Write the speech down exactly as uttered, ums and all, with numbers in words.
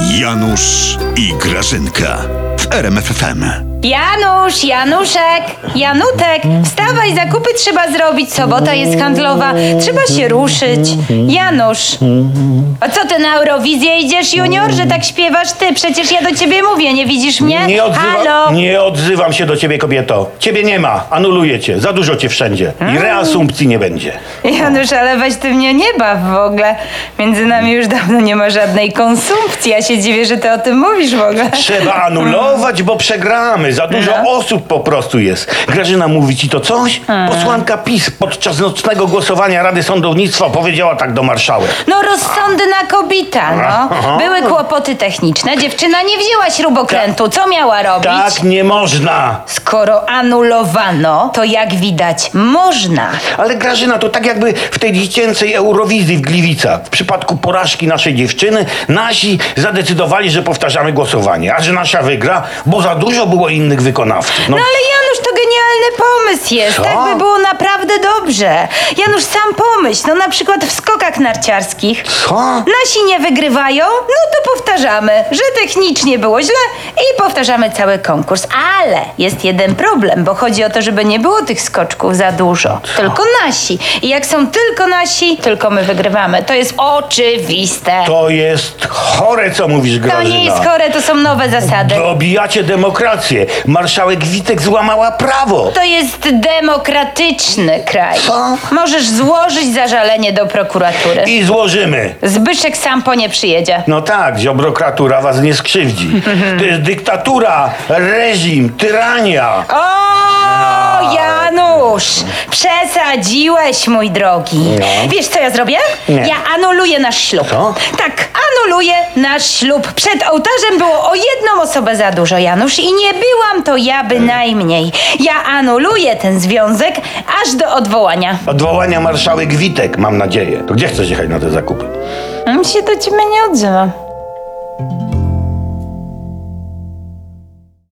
Janusz i Grażynka w R M F F M. Janusz, Januszek, Janutek, wstawaj, zakupy trzeba zrobić, sobota jest handlowa, trzeba się ruszyć. Janusz, a co ty na Eurowizję idziesz, junior, że tak śpiewasz ty? Przecież ja do ciebie mówię, nie widzisz mnie? Nie, odzywa, Halo? nie odzywam się do ciebie, kobieto. Ciebie nie ma, anuluję cię, za dużo cię wszędzie i reasumpcji nie będzie. Janusz, ale weź ty mnie nie baw w ogóle. Między nami już dawno nie ma żadnej konsumpcji, ja się dziwię, że ty o tym mówisz w ogóle. Trzeba anulować, bo przegramy. Za dużo No. osób po prostu jest. Grażyna, mówi ci to coś? Posłanka PiS podczas nocnego głosowania Rady Sądownictwa powiedziała tak do marszałek. No rozsądna kobieta, no. Były kłopoty techniczne, dziewczyna nie wzięła śrubokrętu, co miała robić? Tak nie można. Skoro anulowano, to jak widać można. Ale Grażyna, to tak jakby w tej dziecięcej Eurowizji w Gliwicach. W przypadku porażki naszej dziewczyny, nasi zadecydowali, że powtarzamy głosowanie. A że nasza wygra, bo za dużo było innych wykonawców. No ale Janusz, to genialny pomysł jest, Co? tak by było naprawdę dobrze. Janusz, sam pomyśl, no na przykład w skokach narciarskich. Co? Nasi nie wygrywają, no to powtarzamy, że technicznie było źle i powtarzamy cały konkurs. Ale jest jeden problem, bo chodzi o to, żeby nie było tych skoczków za dużo. Tylko nasi. I jak są tylko nasi, tylko my wygrywamy. To jest oczywiste. To jest chore, co mówisz, To Grażyna. nie jest chore, to są nowe zasady. Dobijacie demokrację. Marszałek Witek złamała prawo. To jest demokratyczny kraj. Co? Możesz złożyć zażalenie do prokuratury. I złożymy. Zbyszek sam po nie przyjedzie. No tak, ziobrokratura was nie skrzywdzi. To jest dyktatura, reżim, tyrania. O, Janusz! Przesadziłeś, mój drogi. No. Wiesz, co ja zrobię? Nie. Ja anuluję nasz ślub. Co? Tak, anuluję nasz ślub. Przed ołtarzem było o jedną osobę za dużo, Janusz, i nie byłam to ja bynajmniej. Ja anuluję ten związek aż do odwołania. Odwołania marszałek Witek, mam nadzieję. To gdzie chcesz jechać na te zakupy? On się do ciebie nie odzywa.